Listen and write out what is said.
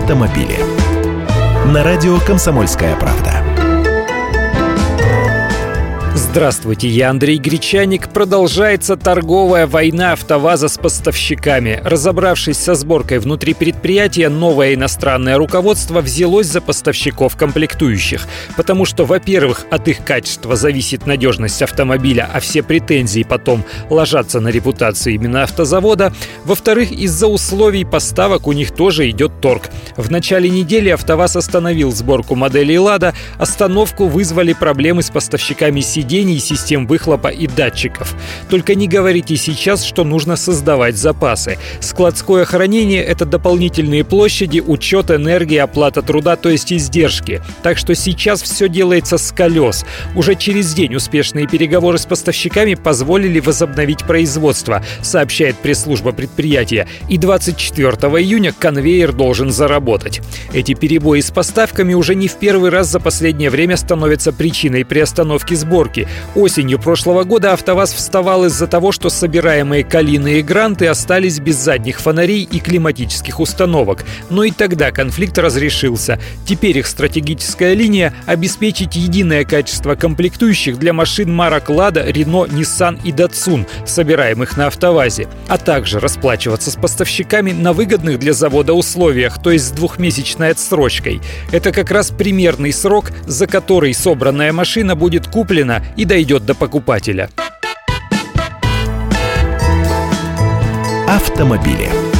автомобили. На радио «Комсомольская правда». Здравствуйте, я Андрей Гречаник. Продолжается торговая война АвтоВАЗа с поставщиками. Разобравшись со сборкой внутри предприятия, новое иностранное руководство взялось за поставщиков комплектующих. Потому что, во-первых, от их качества зависит надежность автомобиля, а все претензии потом ложатся на репутацию именно автозавода. Во-вторых, из-за условий поставок у них тоже идет торг. В начале недели АвтоВАЗ остановил сборку моделей «Лада». Остановку вызвали проблемы с поставщиками сидений, систем выхлопа и датчиков. Только не говорите сейчас, что нужно создавать запасы. Складское хранение — это дополнительные площади, учет энергии, оплата труда, то есть издержки. Так что сейчас все делается с колес. Уже через день успешные переговоры с поставщиками позволили возобновить производство, сообщает пресс-служба предприятия. И 24 июня конвейер должен заработать. Эти перебои с поставками уже не в первый раз за последнее время становятся причиной приостановки сборки. Осенью прошлого года АвтоВАЗ вставал из-за того, что собираемые «Калины» и «Гранты» остались без задних фонарей и климатических установок. Но и тогда конфликт разрешился. Теперь их стратегическая линия — обеспечить единое качество комплектующих для машин марок «Лада», «Рено», «Ниссан» и «Датсун», собираемых на АвтоВАЗе, а также расплачиваться с поставщиками на выгодных для завода условиях, то есть с двухмесячной отсрочкой. Это как раз примерный срок, за который собранная машина будет куплена и дойдет до покупателя. Автомобили.